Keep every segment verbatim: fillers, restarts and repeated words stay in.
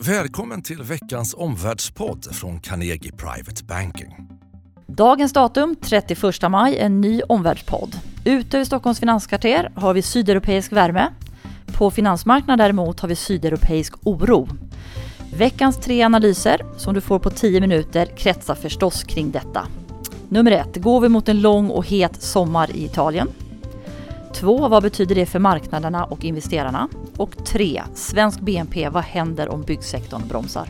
Välkommen till veckans omvärldspodd från Carnegie Private Banking. Dagens datum, trettioförsta maj, en ny omvärldspodd. Ute i Stockholms finanskvarter har vi sydeuropeisk värme. På finansmarknaden däremot har vi sydeuropeisk oro. Veckans tre analyser som du får på tio minuter kretsar förstås kring detta. Nummer ett, går vi mot en lång och het sommar i Italien? Två, vad betyder det för marknaderna och investerarna? Och tre, svensk B N P, vad händer om byggsektorn bromsar?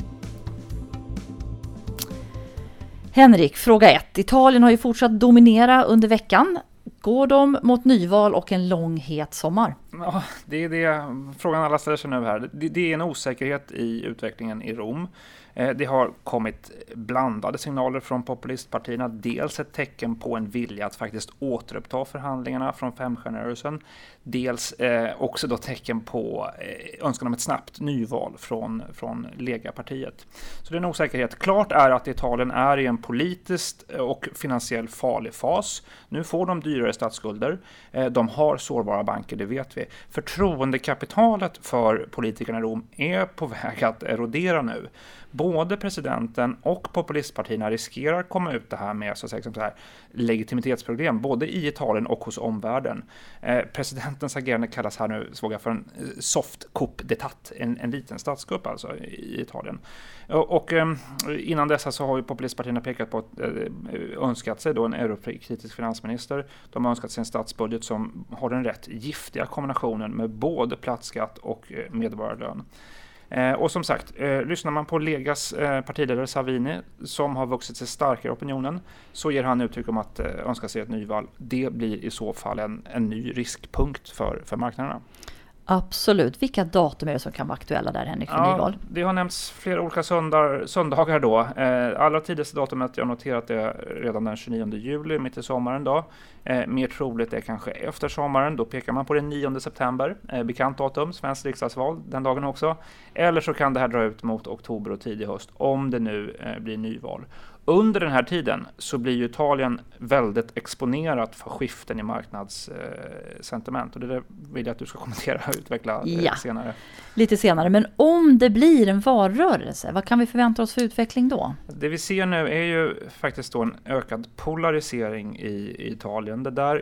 Henrik, fråga ett. Italien har ju fortsatt dominera under veckan. Går de mot nyval och en lång het sommar? Ja, det är det frågan alla ställer sig nu här. Det, det är en osäkerhet i utvecklingen i Rom. Det har kommit blandade signaler från populistpartierna. Dels ett tecken på en vilja att faktiskt återuppta förhandlingarna från femstjärnerörelsen. Dels eh, också då tecken på eh, önskan om ett snabbt nyval från, från Lega-partiet. Så det är en osäkerhet. Klart är att Italien är i en politiskt och finansiell farlig fas. Nu får de dyrare statsskulder. Eh, de har sårbara banker, det vet vi. Förtroendekapitalet för politikerna i Rom är på väg att erodera nu. Både presidenten och populistpartierna riskerar att komma ut det här med så att säga, så här, legitimitetsproblem både i Italien och hos omvärlden. Eh, presidentens agerande kallas här nu svåga för en soft coup d'état, en, en liten statskupp alltså i Italien. Och, och eh, innan dessa så har ju populistpartierna pekat på att eh, önskat sig då en eurokritisk finansminister. De har önskat sig en statsbudget som har den rätt giftiga kombinationen med både platsskatt och eh, medborgarlön. Eh, och som sagt, eh, lyssnar man på Legas eh, partiledare Salvini som har vuxit sig starkare i opinionen så ger han uttryck om att eh, önska sig ett nyval. Det blir i så fall en, en ny riskpunkt för, för marknaderna. Absolut. Vilka datum är det som kan vara aktuella där, Henrik, för ja, nyval? Det har nämnts flera olika söndagar, söndagar då. Eh, allra tidigaste datumet, jag har noterat det redan den tjugonionde juli, mitt i sommaren då. Eh, mer troligt är kanske efter sommaren, då pekar man på den nionde september. Eh, bekant datum, svensk riksdagsval den dagen också. Eller så kan det här dra ut mot oktober och tidig höst om det nu eh, blir nyval. Under den här tiden så blir ju Italien väldigt exponerat för skiften i marknadssentiment. Och det där vill jag att du ska kommentera och utveckla ja, senare. Lite senare. Men om det blir en valrörelse, vad kan vi förvänta oss för utveckling då? Det vi ser nu är ju faktiskt då en ökad polarisering i, i Italien. Det där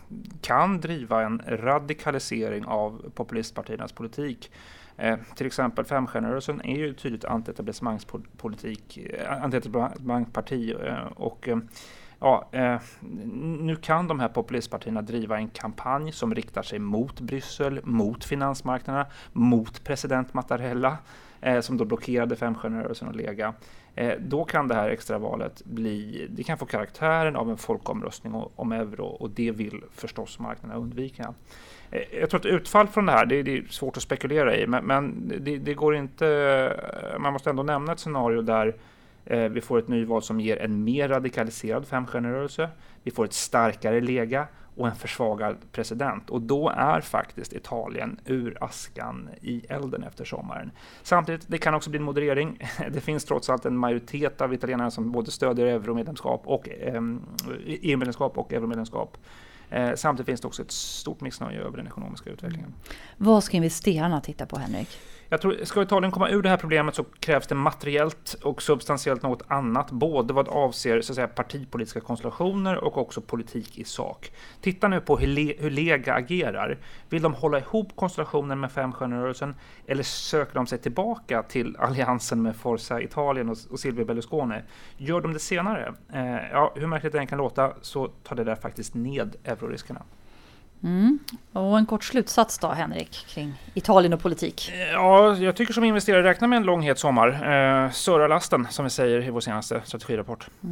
kan driva en radikalisering av populistpartiernas politik. Eh, till exempel femstjärnerörelsen är ju tydligt antietablissemangspolitik, antietablissemangsparti eh, och eh, ja, eh, nu kan de här populistpartierna driva en kampanj som riktar sig mot Bryssel, mot finansmarknaderna, mot president Mattarella eh, som då blockerade femstjärnerörelsen och Lega. Eh, då kan det här extravalet bli, det kan få karaktären av en folkomröstning om euro och det vill förstås marknaderna undvika. Jag tror att utfall från det här, det är, det är svårt att spekulera i, men, men det, det går inte, man måste ändå nämna ett scenario där eh, vi får ett nyval som ger en mer radikaliserad femstjärnerörelse, vi får ett starkare Lega och en försvagad president. Och då är faktiskt Italien ur askan i elden efter sommaren. Samtidigt, det kan också bli en moderering. Det finns trots allt en majoritet av italienare som både stödjer euromedlemskap och eh, E U-medlemskap och euromedlemskap. Eh, samtidigt finns det också ett stort missnöje över den ekonomiska utvecklingen. Vad ska investerarna titta på, Henrik? Jag tror, ska Italien komma ur det här problemet så krävs det materiellt och substantiellt något annat, både vad avser så att säga, partipolitiska konstellationer och också politik i sak. Titta nu på hur, Le, hur Lega agerar. Vill de hålla ihop konstellationen med femstjärnerörelsen eller söker de sig tillbaka till alliansen med Forza Italien och, och Silvio Berlusconi? Gör de det senare? Eh, ja, hur märkligt det än kan låta så tar det där faktiskt ned euroriskerna. Mm. Och en kort slutsats då, Henrik, kring Italien och politik. Ja, jag tycker som investerare räkna med en långhet sommar. Eh, Söra lasten, som vi säger i vår senaste strategirapport. Mm.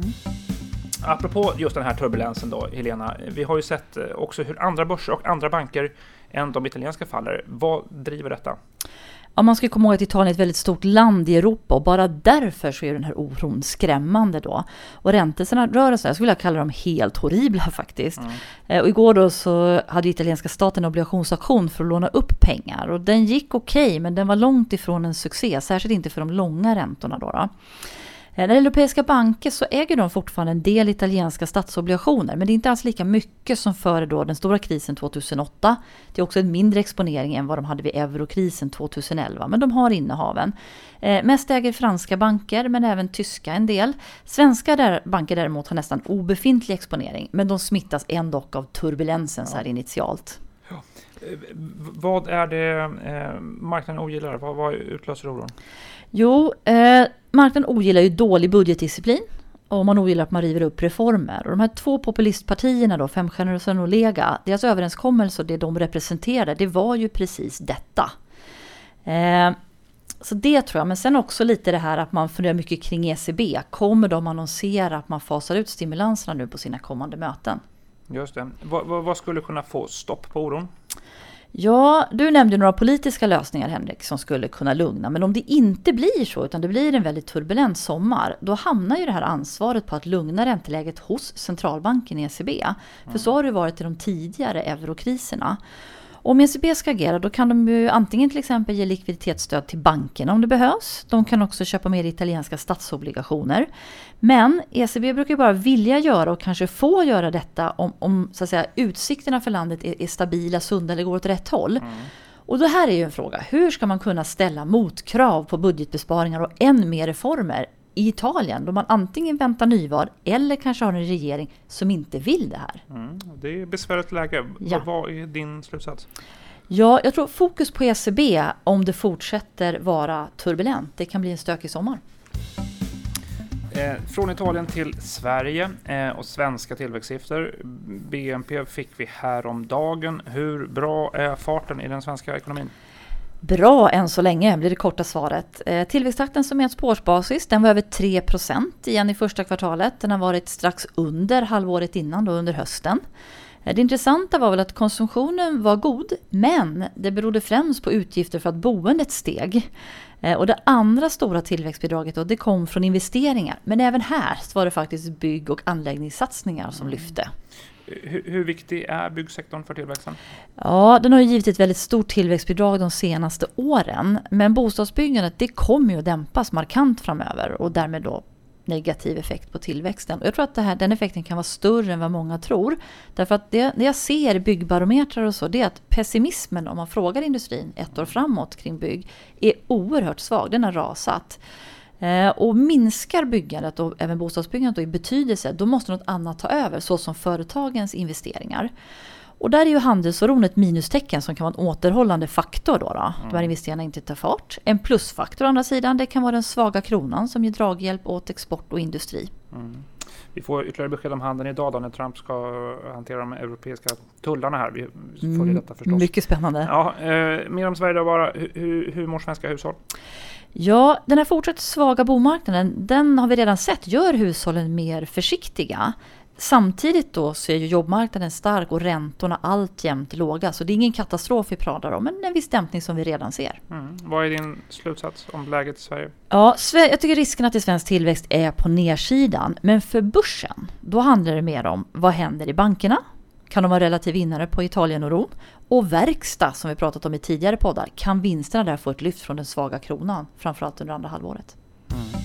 Apropå just den här turbulensen då, Helena. Vi har ju sett också hur andra börser och andra banker än de italienska faller. Vad driver detta? Ja, man ska komma ihåg att Italien är ett väldigt stort land i Europa och bara därför så är den här oron skrämmande då. Och räntorörelserna, jag skulle vilja kalla dem helt horribla faktiskt. Mm. Och igår då så hade italienska staten en obligationsauktion för att låna upp pengar och den gick okej, men den var långt ifrån en succé, särskilt inte för de långa räntorna då. då. När det gäller europeiska banker så äger de fortfarande en del italienska statsobligationer, men det är inte alls lika mycket som före då den stora krisen tjugohundraåtta. Det är också en mindre exponering än vad de hade vid eurokrisen tjugohundraelva, men de har innehaven. Eh, mest äger franska banker, men även tyska en del. Svenska där, banker däremot har nästan obefintlig exponering, men de smittas ändå av turbulensen ja. så här initialt. Ja. Vad är det eh, marknaden ogillar? Vad, vad utlöser oron? Jo, eh, marknaden ogillar ju dålig budgetdisciplin och man ogillar att man river upp reformer. Och de här två populistpartierna då, Femstjärnor och Lega, deras överenskommelse och det de representerade, det var ju precis detta. Eh, så det tror jag, men sen också lite det här att man funderar mycket kring E C B. Kommer de annonsera att man fasar ut stimulanserna nu på sina kommande möten? Just det. Vad, vad, vad skulle kunna få stopp på oron? Ja, du nämnde några politiska lösningar, Henrik, som skulle kunna lugna. Men om det inte blir så, utan det blir en väldigt turbulent sommar, då hamnar ju det här ansvaret på att lugna ränteläget hos centralbanken i E C B. Mm. För så har det varit i de tidigare eurokriserna. Om E C B ska agera, då kan de ju antingen till exempel ge likviditetsstöd till bankerna om det behövs. De kan också köpa mer italienska statsobligationer. Men E C B brukar bara vilja göra och kanske få göra detta om, om så att säga, utsikterna för landet är, är stabila, sunda eller går åt rätt håll. Mm. Och det här är ju en fråga. Hur ska man kunna ställa motkrav på budgetbesparingar och än mer reformer i Italien, då man antingen väntar nyval eller kanske har en regering som inte vill det här? Mm, det är besvärligt läge. Ja. Vad är din slutsats? Ja, jag tror fokus på E C B, om det fortsätter vara turbulent, det kan bli en stökig sommar. Eh, från Italien till Sverige eh, och svenska tillväxtsiffror. B N P fick vi här om dagen. Hur bra är farten i den svenska ekonomin? Bra än så länge blir det korta svaret. Eh, tillväxttakten som mäts på årsbasis, den var över tre procent igen i första kvartalet. Den har varit strax under halvåret innan, då under hösten. Eh, det intressanta var väl att konsumtionen var god, men det berodde främst på utgifter för att boendet steg. Eh, och det andra stora tillväxtbidraget då, det kom från investeringar. Men även här var det faktiskt bygg- och anläggningssatsningar som lyfte. Hur, hur viktig är byggsektorn för tillväxten? Ja, den har ju givit ett väldigt stort tillväxtbidrag de senaste åren. Men bostadsbyggandet, det kommer ju att dämpas markant framöver och därmed då negativ effekt på tillväxten. Och jag tror att det här, den effekten kan vara större än vad många tror. Därför att det, det jag ser i byggbarometrar och så, det är att pessimismen, om man frågar industrin ett år framåt kring bygg, är oerhört svag. Den har rasat. Eh, och minskar byggandet och även bostadsbyggandet i betydelse, då måste något annat ta över, så som företagens investeringar. Och där är ju handelsoron ett minustecken som kan vara en återhållande faktor då, då. Mm. De här investeringarna inte tar fart. En plusfaktor å andra sidan, det kan vara den svaga kronan som ger draghjälp åt export och industri. Mm. Vi får ytterligare besked om handeln idag då, när Trump ska hantera de europeiska tullarna här. Vi följer mm, detta förstås. Mycket spännande. Ja, eh, mer om Sverige då bara. Hur, hur, hur mår svenska hushåll? Ja, den här fortsatt svaga bomarknaden, den har vi redan sett gör hushållen mer försiktiga. Samtidigt då så är ju jobbmarknaden stark och räntorna alltjämt låga. Så det är ingen katastrof vi pratar om, men en viss dämpning som vi redan ser. Mm. Vad är din slutsats om läget i Sverige? Ja, jag tycker risken att svensk tillväxt är på nedsidan. Men för börsen, då handlar det mer om vad händer i bankerna. Kan de vara relativ vinnare på Italien och Rom? Och verkstad, som vi pratat om i tidigare poddar, kan vinsterna där få ett lyft från den svaga kronan, framförallt under andra halvåret. Mm.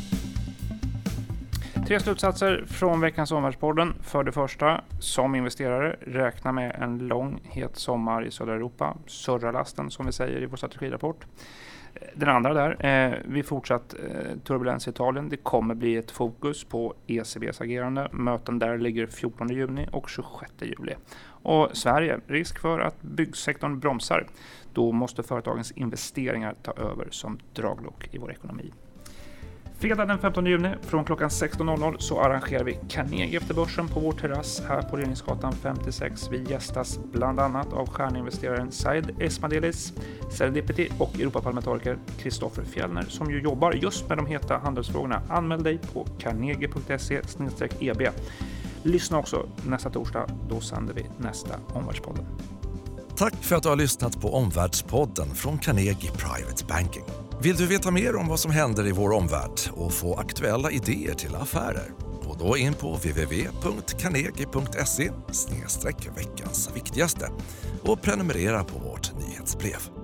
Tre slutsatser från veckans Omvärldspodden. För det första, som investerare, räkna med en lång, het sommar i södra Europa. Surra-lasten, som vi säger i vår strategirapport. Den andra där, eh, vi fortsatt eh, turbulens i Italien. Det kommer bli ett fokus på E C B:s agerande. Möten där ligger fjortonde juni och tjugosjätte juli. Och Sverige, risk för att byggsektorn bromsar. Då måste företagens investeringar ta över som draglok i vår ekonomi. Fredag den femtonde juni från klockan sexton noll noll så arrangerar vi Carnegie efter börsen på vår terrass här på Regeringsgatan femtiosex. Vi gästas bland annat av stjärninvesteraren Said Esmadelis, Serendipity och Europaparlamentariker Kristoffer Fjellner som ju jobbar just med de heta handelsfrågorna. Anmäl dig på carnegie punkt se slash e b. Lyssna också nästa torsdag, då sänder vi nästa Omvärldspodden. Tack för att du har lyssnat på Omvärldspodden från Carnegie Private Banking. Vill du veta mer om vad som händer i vår omvärld och få aktuella idéer till affärer? Gå då in på w w w punkt carnegie punkt se slash veckans viktigaste och prenumerera på vårt nyhetsbrev.